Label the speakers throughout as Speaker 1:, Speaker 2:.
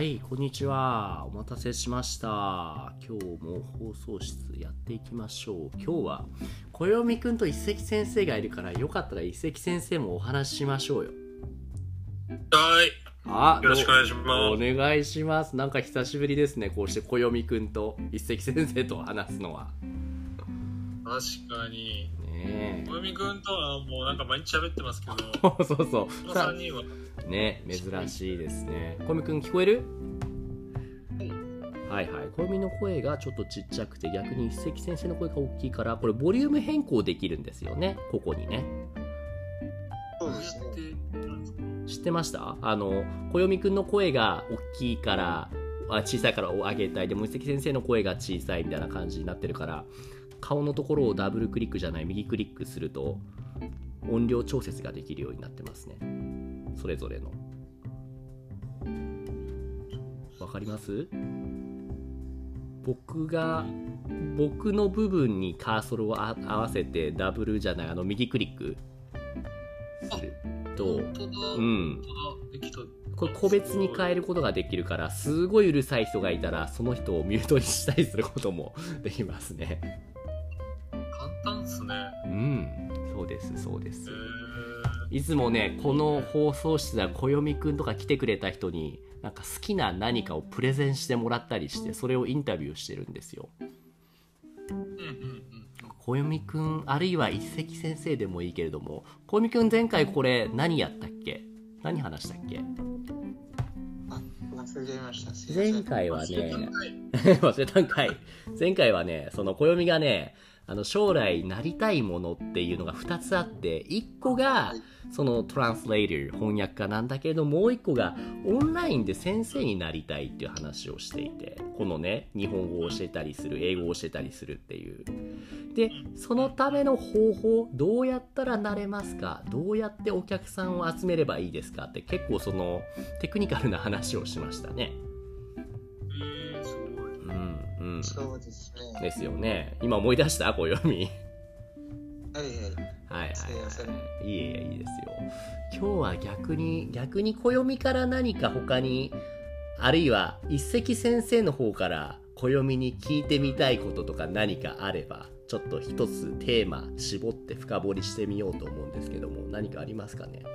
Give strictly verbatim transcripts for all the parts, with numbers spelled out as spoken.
Speaker 1: はいこんにちは、お待たせしました。今日も放送室やっていきましょう。今日は暦くんと一石先生がいるから、よかったら一石先生もお話ししましょうよ。
Speaker 2: はい、
Speaker 1: あ、
Speaker 2: よろしくお願いします。
Speaker 1: お願いします。なんか久しぶりですね、こうして暦くんと一石先生と話すのは。
Speaker 2: 確かに
Speaker 1: ねえ、
Speaker 2: 暦くんとはもうなんか毎日喋ってますけど
Speaker 1: そうそうそう、
Speaker 2: このさんにんは
Speaker 1: ね、珍しいですね。暦くん聞こえる？はいはい、暦の声がちょっとちっちゃくて、逆に一石先生の声が大きいから、これボリューム変更できるんですよね、ここにね。
Speaker 2: どうやってなんですか？
Speaker 1: 知ってました？あの暦くんの声が大きいからあ小さいからを上げたい、でも一石先生の声が小さいみたいな感じになってるから、顔のところをダブルクリックじゃない右クリックすると音量調節ができるようになってますね、それぞれの。わかります？僕が僕の部分にカーソルをあ合わせてダブルじゃないあの右クリックすると、
Speaker 2: 本当だ、
Speaker 1: うん、
Speaker 2: 本当だ、できた。
Speaker 1: これ個別に変えることができるから、すごいうるさい人がいたらその人をミュートにしたりすることもできますね。
Speaker 2: 簡単っすね。
Speaker 1: うん、そうですそうです。
Speaker 2: え
Speaker 1: いつもね、この放送室では暦くんとか来てくれた人になんか好きな何かをプレゼンしてもらったりして、それをインタビューしてるんですよ。
Speaker 2: ー、うんうんうん。
Speaker 1: 暦くんあるいは一石先生でもいいけれども、暦くん前回これ何やったっけ？何話したっけ？
Speaker 3: あ、忘れちゃいました。すいませ
Speaker 1: 前
Speaker 3: ん。
Speaker 1: 回はね
Speaker 2: 忘れたんかい
Speaker 1: 忘れたんかい。前回はね、その暦がね、あの将来なりたいものっていうのがふたつあって、いっこがそのトランスレーター、翻訳家なんだけれど、もういっこがオンラインで先生になりたいっていう話をしていて、このね、日本語を教えたりする、英語を教えたりするっていう。で、そのための方法、どうやったらなれますか、どうやってお客さんを集めればいいですかって、結構そのテクニカルな話をしましたね。
Speaker 2: えー、すごい。
Speaker 1: うんうん。
Speaker 3: そうですね。
Speaker 1: ですよね。今思い出した？暦。
Speaker 3: はいはい。
Speaker 1: はいはい
Speaker 3: すいません。
Speaker 1: はい。いえいえ、いいですよ。今日は逆に、逆に暦から何か他に、あるいは一石先生の方から暦に聞いてみたいこととか何かあれば、ちょっと一つテーマ絞って深掘りしてみようと思うんですけども、何かありますかね？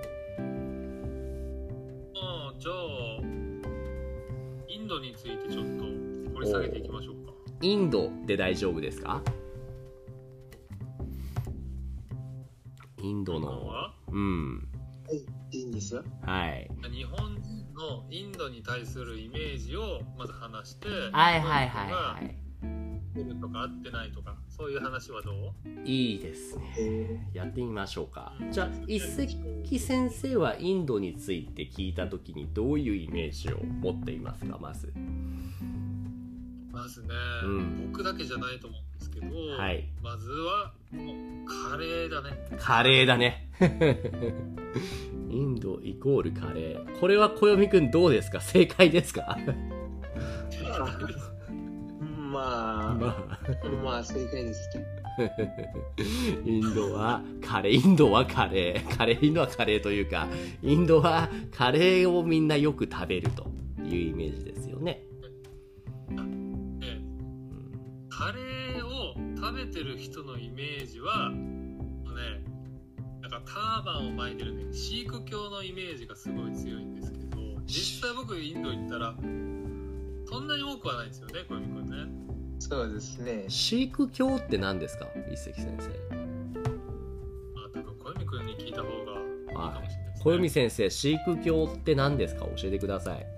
Speaker 2: あー、じゃあインドについてちょっと掘り下げていきましょうか。
Speaker 1: インドで大丈夫ですか？インド
Speaker 2: 日本
Speaker 1: の、
Speaker 2: は
Speaker 1: うん、
Speaker 3: はい、いいんですよ。
Speaker 1: はい。
Speaker 2: 日本人のインドに対するイメージをまず話して、
Speaker 1: はいはいはいはい。
Speaker 2: 合ってるとか合ってないとか、そういう話はどう？
Speaker 1: いいですね。
Speaker 3: え
Speaker 1: やってみましょうか。じゃあ一石先生はインドについて聞いたときにどういうイメージを持っていますか？まず
Speaker 2: まずね、
Speaker 1: うん、
Speaker 2: 僕だけじゃないと思うんですけど、
Speaker 1: はい、
Speaker 2: まずはもうカレーだね。
Speaker 1: カレーだね。インドイコールカレー。これは暦くんどうですか？正解ですか？
Speaker 3: まあ、
Speaker 1: まあ
Speaker 3: まあ正解ですね。
Speaker 1: インドはカレー、インドはカレー、カレー、インドはカレーというか、インドはカレーをみんなよく食べるというイメージですよね。
Speaker 2: ね、カレーを食べてる人のイメージは、ね、なんかターバンを巻いてるね、シーク教のイメージがすごい強いんですけど、実際僕インド行ったらそんなに多くはないんですよね、小泉君ね。
Speaker 3: そうですね。
Speaker 1: シーク教って何ですか？一石先生。
Speaker 2: あ、多分小泉君に聞いた方がいいかもしれないですね。
Speaker 1: 小泉先生、シーク教って何ですか？教えてください。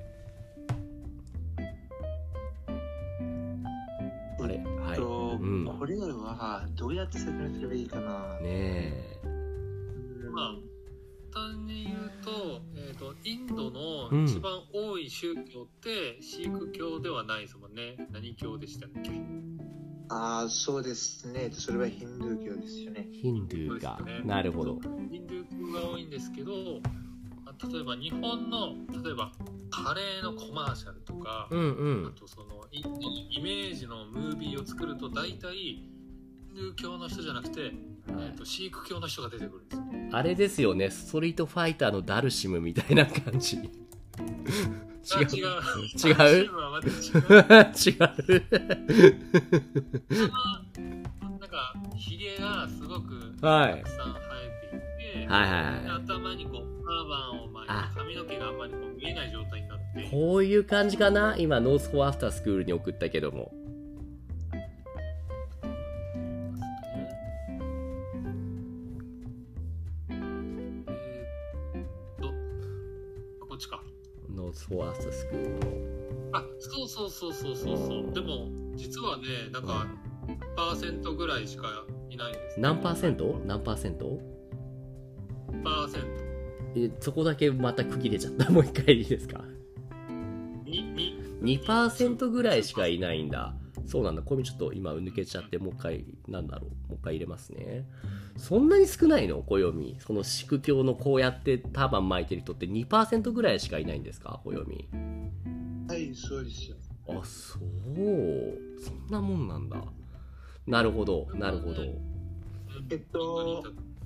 Speaker 1: あれ、はい。
Speaker 3: と、
Speaker 1: うん、
Speaker 3: これはどうやって説明すればいいかな。
Speaker 1: ねえ。
Speaker 2: まあ簡単に言うと、えーと、インドの一番多い宗教ってシーク教ではないですもんね。何教でしたっけ？
Speaker 3: ああ、そうですね。それはヒンドゥー教ですよね。
Speaker 1: ヒンドゥーが、
Speaker 2: ね、
Speaker 1: なるほど。
Speaker 2: ヒンドゥー教が多いんですけど、例えば日本の例えばカレーのコマーシャルとか、
Speaker 1: うんうん、
Speaker 2: あとそのインドのイメージのムービーを作ると大体ヒンドゥー教の人じゃなくて、はい、えーとシーク教の人が出てくるんですよ。
Speaker 1: あれですよね、ストリートファイターのダルシムみたいな感じ。
Speaker 2: あ違う。
Speaker 1: 違う
Speaker 2: サンシウムはまた違う。
Speaker 1: 違う
Speaker 2: なんかヒゲがすごく
Speaker 1: はい
Speaker 2: たくさん生えていて、
Speaker 1: はいはいはい
Speaker 2: で頭にこうターバンを巻い
Speaker 1: あ
Speaker 2: て髪の毛があんまりこう見えない状態になっている。
Speaker 1: こういう感じかな。今ノースフォーアフタースクールに送ったけども、
Speaker 2: こっちか。
Speaker 1: ノースフォーアフタースクールの
Speaker 2: あ、そうそうそうそうそうそう。でも実はね、なんかパーセントぐらいしかいないんです、ね。
Speaker 1: 何パーセント何パーセント
Speaker 2: パーセント。
Speaker 1: えそこだけまた区切れちゃった。もう一回いいですか。
Speaker 2: に、に、
Speaker 1: にパーセントぐらいしかいないんだ。そうなんだ。これちょっと今抜けちゃって、もう一回、なんだろう。もう一回入れますね。そんなに少ないの暦。その宿教のこうやってターバン巻いてる人って にパーセントぐらいしかいないんですか、暦。
Speaker 3: はい、そうですよ。
Speaker 1: あ、そう。そんなもんなんだ。なるほど、なるほど。
Speaker 3: えっと、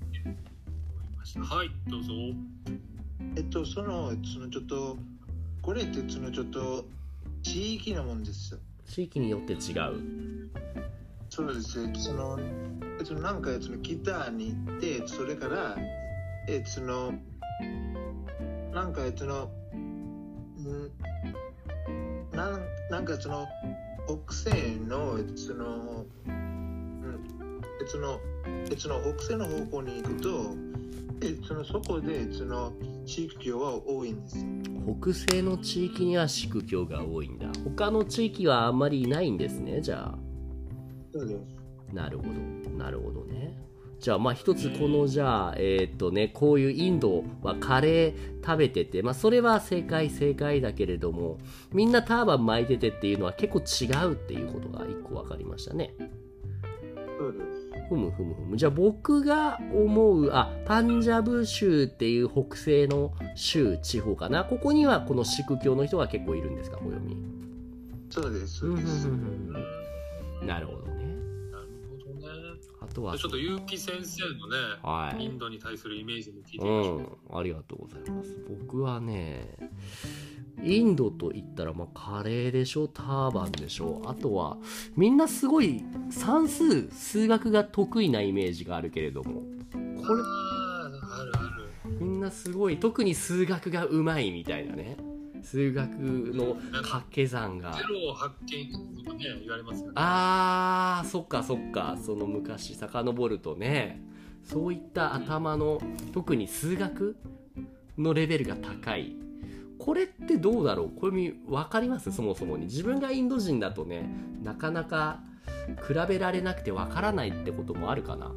Speaker 2: はい、どうぞ。
Speaker 3: えっと、その、そのちょっと、これってそのちょっと、地域のもんですよ。
Speaker 1: 地域によって違う。
Speaker 3: そうですよ。その、えっと、なんかその北に行って、それから、えっと、その、なんかその、んなんなんかその、北西の、えっと、その、うんえっと、その、えっと、その北西の方向に行くと、えそのそこでその地域教は多いんですよ。
Speaker 1: 北西の地域には宿教が多いんだ。他の地域はあんまりいないんですね、じゃあ。
Speaker 3: そうです。
Speaker 1: なるほど、なるほどね。じゃあまあ一つこのじゃあえーっとねこういうインドはカレー食べてて、まあそれは正解正解だけれども、みんなターバン巻いててっていうのは結構違うっていうことが一個分かりましたね。
Speaker 3: そうです。
Speaker 1: ふむふむふむ。じゃあ僕が思うあパンジャブ州っていう北西の州地方かな。ここにはこのシク教の人が結構いるんですか、暦。
Speaker 3: そうです。そうです。
Speaker 1: うんうんうんうん。なるほどね。
Speaker 2: なるほどね。
Speaker 1: あとは
Speaker 2: ちょっと結城先生のね、
Speaker 1: はい
Speaker 2: インドに対するイメージも聞いてみましょう。
Speaker 1: うん、ありがとうございます。僕はね、インドと言ったら、まあ、カレーでしょ、ターバンでしょ、あとはみんなすごい算数、数学が得意なイメージがあるけれども、これ
Speaker 2: あーあるある。
Speaker 1: みんなすごい、特に数学がうまいみたいなね。数学の掛け算が
Speaker 2: ゼロを発見とかね言われますよね。
Speaker 1: あーそっかそっか、その昔遡るとね、そういった頭の特に数学のレベルが高い。これってどうだろう、これ分かります？そもそもに自分がインド人だとね、なかなか比べられなくて分からないってこともあるかな。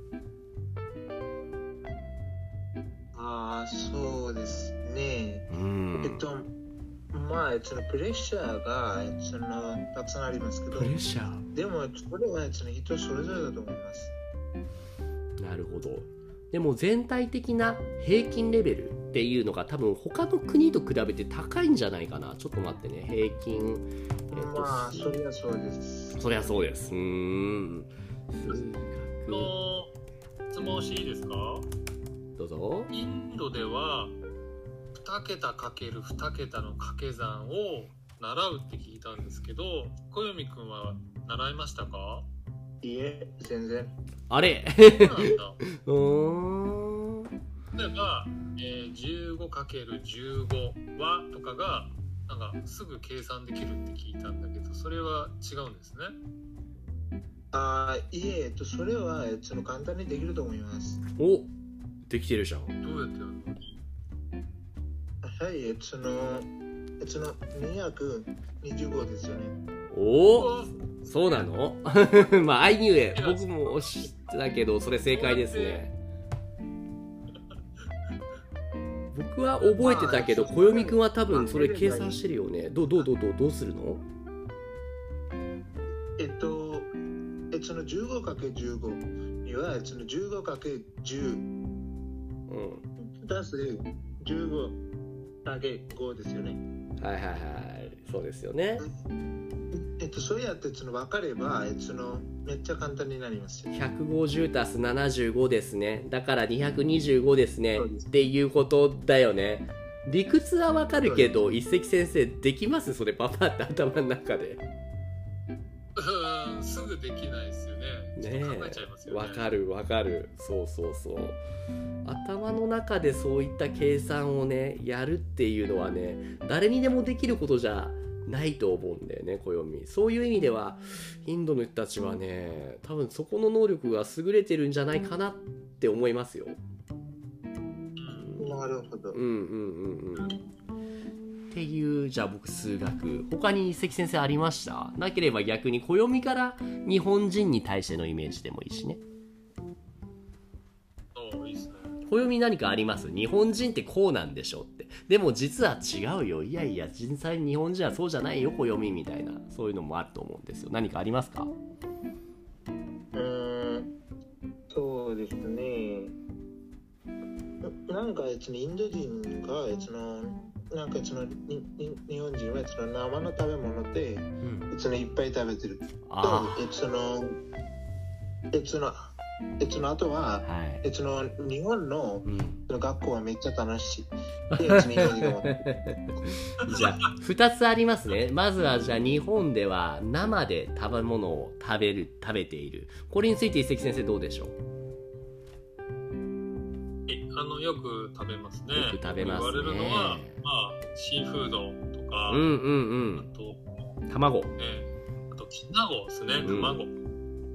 Speaker 3: ああ、そうですね。
Speaker 1: うん
Speaker 3: えっと、まあ、そのプレッシャーがそのたくさんありますけど、
Speaker 1: プレッシャー、
Speaker 3: でも、これはその人それぞれだと思います。
Speaker 1: なるほど。でも全体的な平均レベルっていうのが多分他の国と比べて高いんじゃないかな。ちょっと待ってね、平均、えっと、
Speaker 3: まあ、それはそうです。
Speaker 1: そりゃそうです。うーん、数学、
Speaker 2: の質問していいですか？
Speaker 1: どうぞ。
Speaker 2: インドではに桁かけるに桁の掛け算を習うって聞いたんですけど、小読くんは習いましたか？
Speaker 3: いえ、全然。
Speaker 1: あれ
Speaker 2: そうなんだ。
Speaker 1: うーん、
Speaker 2: 例えば、えー、じゅうごかけるじゅうご はとかがなんかすぐ計算できるって聞いたんだけど、それは違うんですね。
Speaker 3: ああ、いえ、えっと、それはその簡単にできると思います。
Speaker 1: お、できてるじゃん。
Speaker 2: どうやってやるの？
Speaker 3: はい、えっと、その、えっと、そのにひゃくにじゅうごですよね。
Speaker 1: お、そうなの？まあ、アイニュエ、僕も知ってたけど、それ正解ですね。僕は覚えてたけど、小読くんは多分それ計算してるよね。どうどうどうどうどうするの？
Speaker 3: えっと、えっと、その じゅうごかけるじゅうご には、その じゅうごかけるじゅう
Speaker 1: うん。
Speaker 3: 足すじゅうごかけるごですよね。
Speaker 1: はいはいはい、そうですよね。
Speaker 3: えっと、そうやってその分かれば、えっと、そのめっちゃ簡単になりますよ。
Speaker 1: ひゃくごじゅう足すななじゅうごですね。だからにひゃくにじゅうごですね。
Speaker 3: そうです
Speaker 1: っていうことだよね。 理屈はわかるけど、一石先生できますそれパパって頭の中で。
Speaker 2: うん、すぐできないですよね。
Speaker 1: ね
Speaker 2: 考えちゃいますよね。
Speaker 1: わかるわかる。そうそうそう。頭の中でそういった計算をねやるっていうのはね、誰にでもできることじゃないと思うんだよね、暦。そういう意味ではインドの人たちはね、多分そこの能力が優れてるんじゃないかなって思いますよ。
Speaker 3: なるほど。
Speaker 1: うんうんうんうん。っていう、じゃあ僕数学、他に関先生ありました？なければ逆に暦から日本人に対してのイメージでもいいしね。
Speaker 2: そういいっすね。
Speaker 1: 暦何かあります？日本人ってこうなんでしょって。でも実は違うよ。いやいや、実際に日本人はそうじゃないよ、暦みたいな。そういうのもあると思うんですよ。何かありますか？
Speaker 3: うーん、そうですね。なんかそのインド人がそのなんかそのにに日本人はその生の食べ物で、うん、そのいっぱい食べてる。
Speaker 1: あ
Speaker 3: とそのえそのえそのあとは、はい、えその日本の、うん、その学校はめっちゃ楽しい。でその日本人が
Speaker 1: じゃあふたつありますね。まずはじゃあ日本では生で食べ物を食べる食べている。これについて一石先生どうでしょう？
Speaker 2: あのよく食べますね。
Speaker 1: よく食べますね。
Speaker 2: 言われるのは、まあ、シーフードとか、
Speaker 1: うんうんうん、
Speaker 2: あと
Speaker 1: 卵、
Speaker 2: ね、あと卵ですね、卵、うん、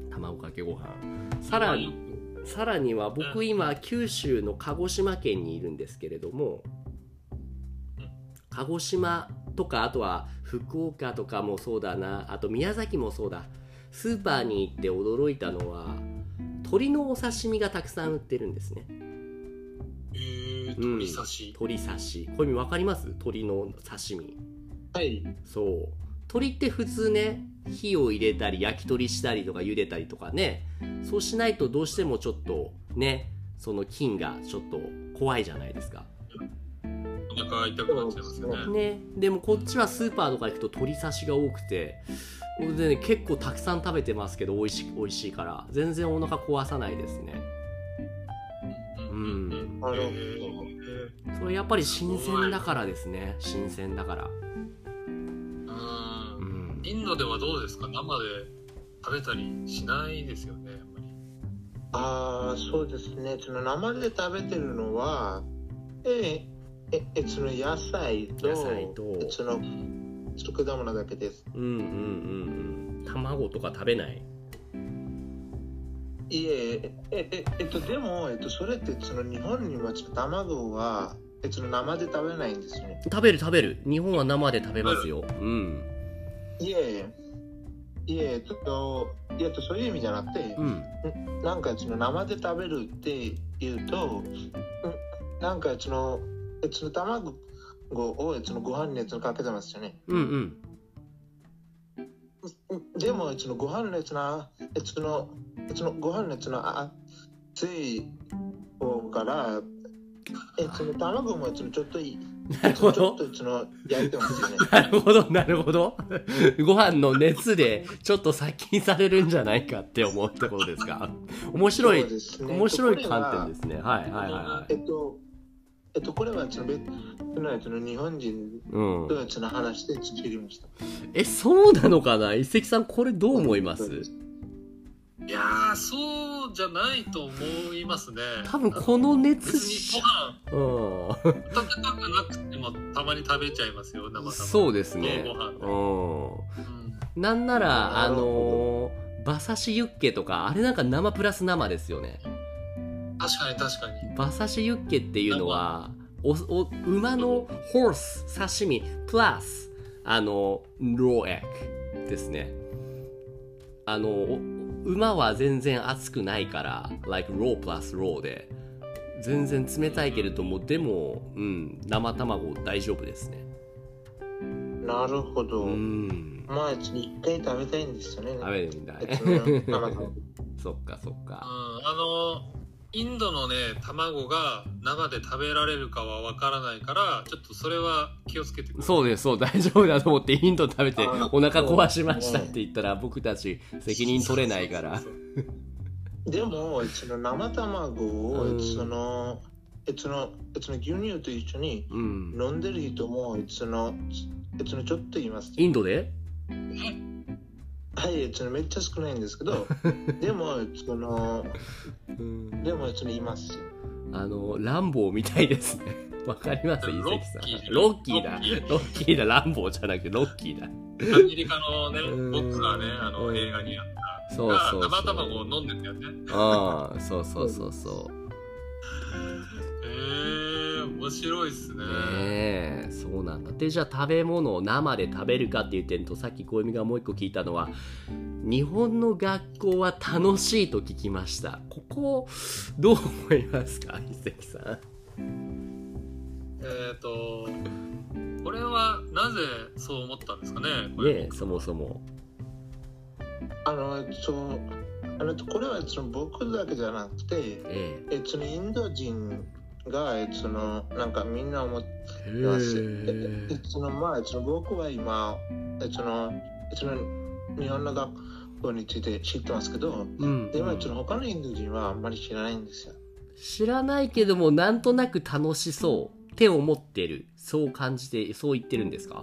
Speaker 1: 卵かけご飯。さらにさらには僕今九州の鹿児島県にいるんですけれども、うん、鹿児島とかあとは福岡とかもそうだな、あと宮崎もそうだ。スーパーに行って驚いたのは鶏のお刺身がたくさん売ってるんですね。
Speaker 2: えー、鶏刺し、
Speaker 1: うん、鶏刺し、これ分かります？鶏の刺身。
Speaker 3: はい。
Speaker 1: そう。鶏って普通ね、火を入れたり焼き鳥したりとか茹でたりとかね、そうしないとどうしてもちょっとね、その菌がちょっと怖いじゃないですか。
Speaker 2: お腹痛くなっちゃいますよね。
Speaker 1: ね、でもこっちはスーパーとか行くと鶏刺しが多くて、でね、結構たくさん食べてますけど美味しい美味しいから全然お腹壊さないですね。うん。
Speaker 3: なるほ
Speaker 1: ど。それやっぱり新鮮だからですね。新鮮だから。
Speaker 2: うん。インドではどうですか？生で食べたりしないですよね、やっぱり。
Speaker 3: ああ、そうですね。その生で食べてるのは、えええその野菜と、
Speaker 1: 野菜と
Speaker 3: その果物だけです。
Speaker 1: うんうんうんうん。卵とか食べない？
Speaker 3: いえ、え、え、えっと、でも、えっと、それって、その日本には、卵は、えっと、生で食べないんですよね。
Speaker 1: 食べる食べる。日本は生で食べますよ。うん。
Speaker 3: いえ、いえ、ちょっと、いや、そういう意味じゃなくて、うん、なんか、その生で食べるっていうと、なんか、その、えその卵を、そのご飯にかけてますよね。
Speaker 1: うんうん。
Speaker 3: でも、そのご飯のやつな、その、そのご飯のやつの熱い方から、えその卵もそのちょっといい。
Speaker 1: なるほど。
Speaker 3: ちょっとその焼いてますよね。
Speaker 1: なるほど、なるほど。ご飯の熱でちょっと殺菌されるんじゃないかって思うってことですか。面白い、ね、面白い観点ですね。はいはいはい。
Speaker 3: えっと、えっと、これはその別のやつの日本人とやつの話で知りました。
Speaker 1: うん、え、そうなのかな？一石さん、これどう思います？
Speaker 2: いやー、そうじゃないと思いますね。
Speaker 1: 多分この熱
Speaker 2: 別にご飯、うん、高くなくてもたまに食べちゃいますよ、生々。
Speaker 1: そうですね。
Speaker 2: ご飯、
Speaker 1: うん、なんならあのー、馬刺しユッケとかあれなんか生プラス生ですよね。
Speaker 2: 確かに確かに。
Speaker 1: 馬刺しユッケっていうのはおお馬のホース刺身プラスあのローエッグですね。あの馬は全然熱くないから like raw plus raw で全然冷たいけれども、でも、うん、生卵大丈夫ですね。
Speaker 3: なるほど。
Speaker 1: うん、
Speaker 3: まあ一回食べたいんですよね。
Speaker 1: 食べるんだね。そっかそっか。
Speaker 2: うん、あのインドのね卵が生で食べられるかはわからないから、ちょっとそれは気をつけてください。
Speaker 1: そうです、そう、大丈夫だと思ってインド食べてお腹壊しましたって言ったら僕たち責任取れないから。
Speaker 3: でもその生卵を、うん、そのえそのその牛乳と一緒に
Speaker 1: うん
Speaker 3: 飲んでる人もそのそのちょっといます。
Speaker 1: インドで
Speaker 3: はい、そのめっちゃ少ないんですけど、でもその
Speaker 1: うん
Speaker 3: でもそのいますよ。
Speaker 1: あのランボーみたいですね。わかります、伊
Speaker 2: ロッ
Speaker 1: 関さん。
Speaker 2: キー
Speaker 1: ロッキーだ
Speaker 2: ロッキー
Speaker 1: ロッキーだ、ランボーじゃなくてロッキーだ。
Speaker 2: アメリカのね
Speaker 1: うん
Speaker 2: ボクサーね、あの
Speaker 1: うん
Speaker 2: 映画にあった
Speaker 1: そう
Speaker 2: が
Speaker 1: そうそう
Speaker 2: 生卵を飲んでたよね。
Speaker 1: ああ、そうそうそうそ
Speaker 2: えー、面白いっすね。
Speaker 1: う。ねえ、そうなんだ。で、じゃあ食べ物を生で食べるかっていう点と、さっき小泉がもう一個聞いたのは、日本の学校は楽しいと聞きました。ここ、どう思いますか、伊関さん。
Speaker 2: えっ、ー、とこれはなぜそう思ったんですかね。これ
Speaker 1: ねえ、そもそも。
Speaker 3: あのそうあのこれはその僕だけじゃなくて、
Speaker 1: え
Speaker 3: えそのインド人がえそのなんかみんな思って
Speaker 1: え。
Speaker 3: ます。
Speaker 1: へ
Speaker 3: えそのまあその僕は今えそのその日本の学校について知ってますけど、
Speaker 1: うん、
Speaker 3: でもその他のインド人はあんまり知らないんですよ。
Speaker 1: 知らないけども、なんとなく楽しそうって思ってる。そう感じて、そう言ってるんですか？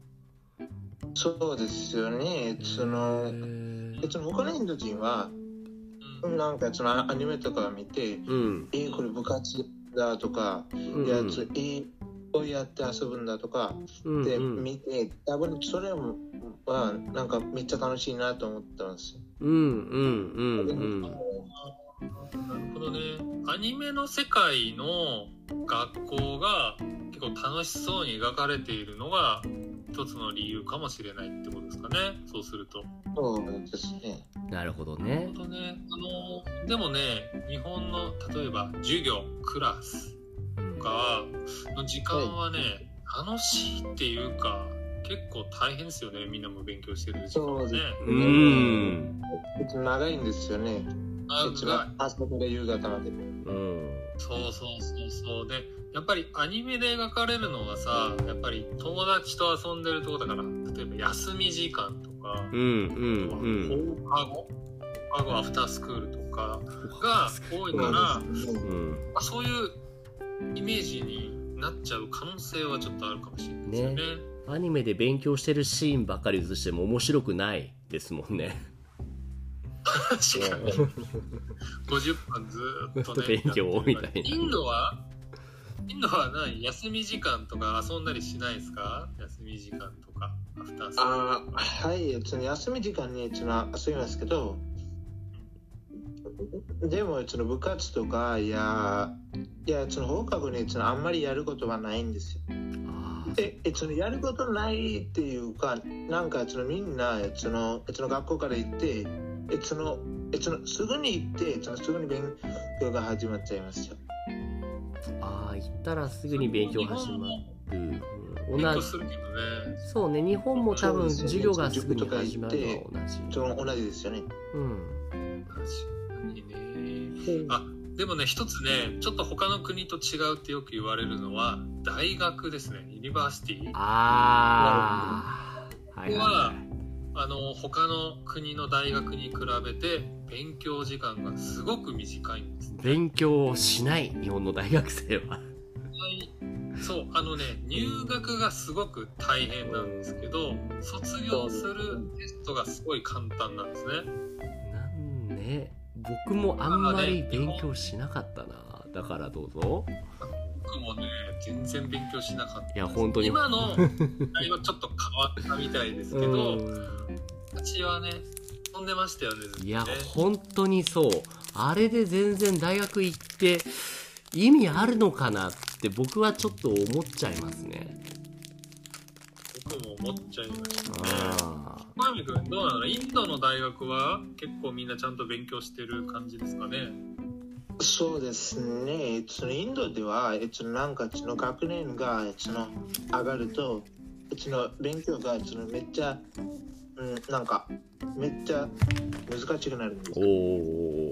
Speaker 3: そうですよね。その
Speaker 1: へえ
Speaker 3: えその他のインド人はなんかそのアニメとかを見て、
Speaker 1: うん。
Speaker 3: えこれ部活だとか、
Speaker 1: うん
Speaker 3: いやつえこうやって遊ぶんだとか
Speaker 1: うん
Speaker 3: で
Speaker 1: うん
Speaker 3: 見て、多分それはなんかめっちゃ楽しいなと思ってます。
Speaker 1: うんうんうんうん。
Speaker 2: なるほどね。アニメの世界の学校が結構楽しそうに描かれているのが一つの理由かもしれないってことですかね。そうすると。
Speaker 3: そうですね。
Speaker 1: なるほど
Speaker 2: な
Speaker 1: ね
Speaker 2: る。ほどね。あのでもね、日本の例えば授業、クラスとかの時間はね、楽しいっていうか結構大変ですよね。みんなも勉強してる時間はね。
Speaker 1: うーん。
Speaker 3: 長いんですよね。一
Speaker 2: 長い
Speaker 3: 番朝から夕方まで。
Speaker 1: うん。
Speaker 2: そうそうそうそうで、やっぱりアニメで描かれるのはさ、やっぱり友達と遊んでるとこだから、例えば休み時間とか、
Speaker 1: うんうんうん。
Speaker 2: 放課後放課後アフタースクールとかが多いから、
Speaker 1: うん。
Speaker 2: まあ、そういうイメージになっちゃう可能性はちょっとあるかもしれないですよね。
Speaker 1: ねアニメで勉強してるシーンばっかり映しても面白くないですもんね。
Speaker 2: 確かにごじゅっぷんずーっとね
Speaker 1: 勉強みたいな。
Speaker 2: インドはインドは何休み時間とか遊んだりしないですか？休み時間とかアフタースクール。
Speaker 3: ああ、はい、その休み時間にその遊びますけど、でもその部活とかいやいやその放課後にそのあんまりやることはないんですよ。
Speaker 1: あー
Speaker 3: ええそのやることないっていうか、なんかそのみんなそのその学校から行ってえそのえそのすぐに行ってそのすぐに勉強が始まっちゃいますよ。
Speaker 1: あー、行ったらすぐに勉強始まる。うん
Speaker 2: 勉強
Speaker 1: 同じ
Speaker 2: するけどね。
Speaker 1: そうね、日本も多分
Speaker 3: そうですよね
Speaker 1: 授業がすぐに始まるのは同じ。
Speaker 3: その同じですよね。
Speaker 1: うん。
Speaker 2: 確かにね。あ、でもね、一つね、ちょっと他の国と違うってよく言われるのは大学ですね。ユニバーシティ。
Speaker 1: ああ、はいはいは。
Speaker 2: はいあの他の国の大学に比べて勉強時間がすごく短いんですね。
Speaker 1: 勉強しない日本の大学生は。
Speaker 2: はいそうあのね入学がすごく大変なんですけど、卒業するテストがすごい簡単なんですね。
Speaker 1: なんね、僕もあんまり勉強しなかったな。だからどうぞ。
Speaker 2: 僕もね全然勉強しなかった。
Speaker 1: いや本当に。
Speaker 2: 今のあれはちょっと変わったみたいですけど、私はね飛んでましたよねずっとね。
Speaker 1: いや本当にそう。あれで全然大学行って意味あるのかなって僕はちょっと思っちゃいますね。
Speaker 2: 僕も思っちゃいましたね。
Speaker 1: あ
Speaker 2: 小泉君どうなの？インドの大学は結構みんなちゃんと勉強してる感じですかね？
Speaker 3: そうですね。そのインドではそのなんかその学年がその上がるとその勉強がそのめっちゃ、うん、なんかめっちゃ難しくなるんです。
Speaker 1: おお。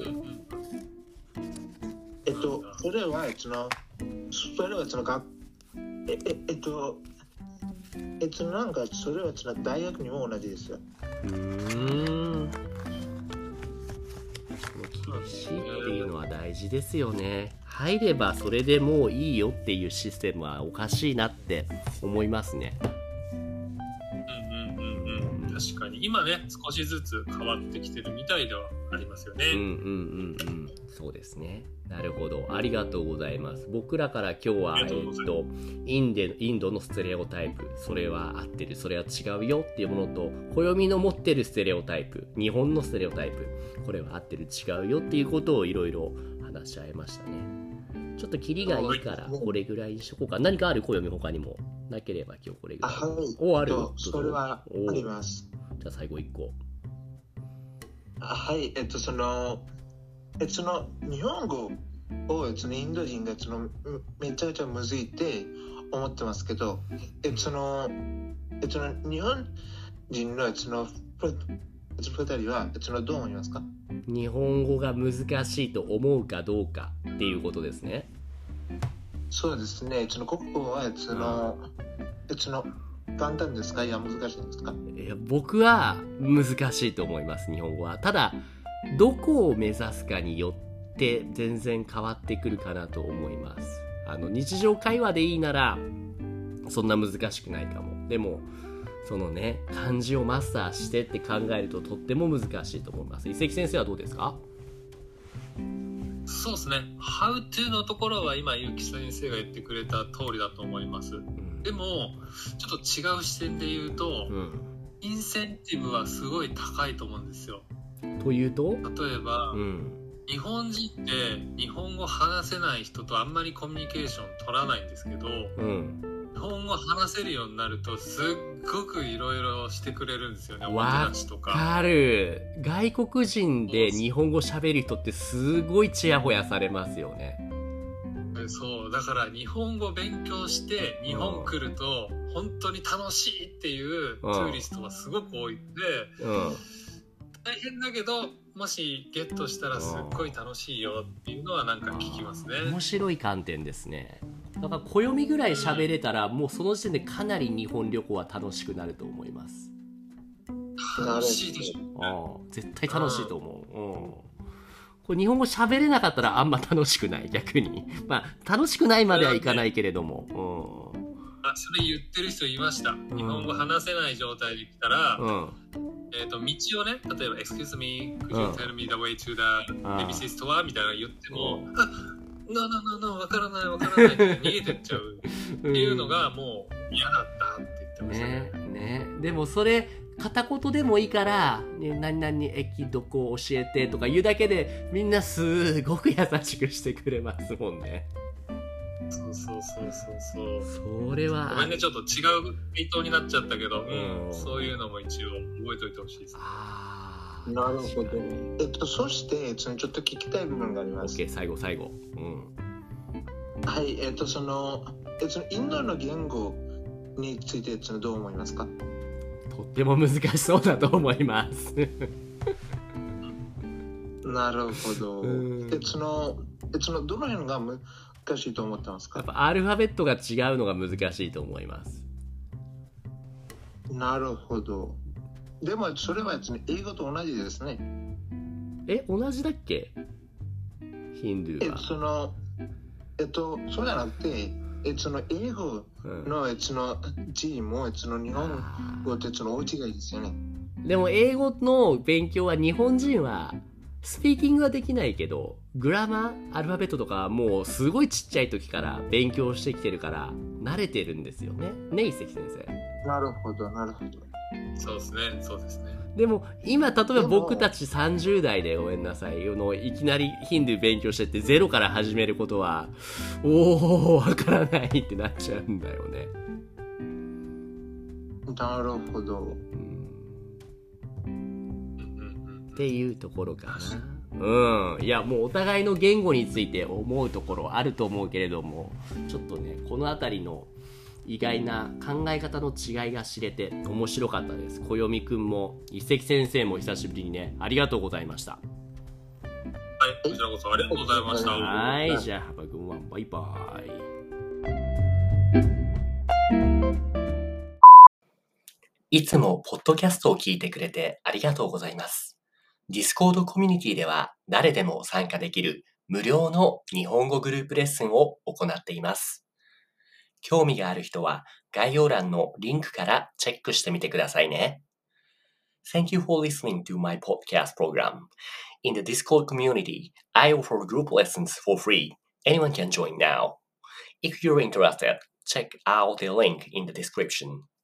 Speaker 3: えっとそれはそのそれはその学えええっとえっとなんかそれはその大学にも同じですよ。
Speaker 1: うーん。 厳しいっていうのは大事ですよね。入ればそれでもういいよっていうシステムはおかしいなって思いますね。
Speaker 2: うんうんうんうん、確かに今ね少しずつ変わってきてるみたいではありますよね。
Speaker 1: うんうんうんうん、そうですね。なるほど、ありがとうございます。僕らから今日は、えっと、インデインドのステレオタイプ、それは合ってる、それは違うよっていうものと、暦の持ってるステレオタイプ、日本のステレオタイプ、これは合ってる、違うよっていうことをいろいろ話し合いましたね。ちょっとキリがいいからこれぐらいにしとこうか。何かある？暦他にもなければ今日これぐらい。
Speaker 3: あ、はい。
Speaker 1: お、ある？
Speaker 3: それはあります。
Speaker 1: じゃあ最後いっこ。
Speaker 3: あ、はい。えっとそのえその日本語をそのインド人がそのめちゃめちゃむずいって思ってますけど、えそのえその日本人のそのふたりはそのどう思いますか？
Speaker 1: 日本語が難しいと思うかどうかっていうことですね。
Speaker 3: そうですね。その国語はそのその簡単ですか？いや難しいんですか？
Speaker 1: いや僕は難しいと思います、日本語は。ただどこを目指すかによって全然変わってくるかなと思います。あの日常会話でいいならそんな難しくないかも。でもそのね漢字をマスターしてって考えるととっても難しいと思います。伊関先生はどうですか？
Speaker 2: そうですね。How to のところは今ゆき先生が言ってくれた通りだと思います。うん、でもちょっと違う視点で言うと、うん、インセンティブはすごい高いと思うんですよ。
Speaker 1: というと？
Speaker 2: 例えば、うん、日本人って日本語話せない人とあんまりコミュニケーション取らないんですけど、うん、日本語話せるようになるとすっごくいろいろしてくれるんですよね。おもてなしとか。わ
Speaker 1: かる。外国人で日本語喋る人ってすごいチヤホヤされますよね。
Speaker 2: そうだから日本語勉強して日本来ると本当に楽しいっていうツーリストがすごく多いんで、うん、大変だけどもしゲットしたらすっごい楽しいよっていうのはなんか聞きますね。
Speaker 1: 面白い観点ですね。だから暦ぐらい喋れたら、うん、もうその時点でかなり日本旅行は楽しくなると思います。
Speaker 2: 楽しいでしょ、
Speaker 1: ね、絶対楽しいと思う、うん、これ日本語喋れなかったらあんま楽しくない、逆に。まあ楽しくないまではいかないけれども、うん、
Speaker 2: あそれ言ってる人いました、うん、日本語話せない状態で来たら、うんえー、と道をね、例えば Excuse me, could you tell me the way to the baby store? みたいなの言っても、うん、あNo, no, no, no, わからないわからないって逃げてっちゃうっていうのがもう嫌だったって言ってましたね。
Speaker 1: ね, ねでもそれ片言でもいいから、ね、何々駅どこ教えてとか言うだけでみんなすごく優しくしてくれますもんね。
Speaker 2: そうそうそうそうそう。
Speaker 1: それは
Speaker 2: ごめんね、ちょっと違う回答になっちゃったけど、うん、そういうのも一応覚えておいてほしいです。
Speaker 3: ああ、なるほど。えっとそしてちょっと聞きたい部分があります。
Speaker 1: オッケー、最後最後。うん。
Speaker 3: はい、えっとそのえそのインドの言語についてそのどう思いますか？
Speaker 1: とっても難しそうだと思います。
Speaker 3: なるほど。えそのえそのどの辺が難しいと思ってますか？
Speaker 1: やっぱアルファベットが違うのが難しいと思います。
Speaker 3: なるほど。でもそれは英語と同じですね。
Speaker 1: え、同じだっけ？ヒンドゥーは。
Speaker 3: えそのえっとそうじゃなくて、えその英語の、うん、その字もその日本語ってその大違いですよね。
Speaker 1: でも英語の勉強は日本人はスピーキングはできないけどグラマーアルファベットとかもうすごいちっちゃい時から勉強してきてるから慣れてるんですよね。ね、一関先生。
Speaker 3: なるほどなるほど。
Speaker 2: そうですねそうですね。
Speaker 1: でも今例えば僕たちさんじゅう代でごめんなさいのいきなりヒンドゥー勉強してってゼロから始めることはおーわからないってなっちゃうんだよね。
Speaker 3: なるほど、
Speaker 1: うん、っていうところかな。うん、いやもうお互いの言語について思うところあると思うけれども、ちょっとねこのあたりの意外な考え方の違いが知れて面白かったです。暦くんも一関先生も久しぶりにねありがとうございました。
Speaker 2: はい、こちらこそありがとうございました。
Speaker 1: はい、じゃあハバグンワンバイバイ。いつもポッドキャストを聞いてくれてありがとうございます。 Discord コミュニティでは誰でも参加できる無料の日本語グループレッスンを行っています。興味がある人は概要欄のリンクからチェックしてみてくださいね。Thank you for listening to my podcast program. In the Discord community, I offer group lessons for free. Anyone can join now. If you're interested, check out the link in the description.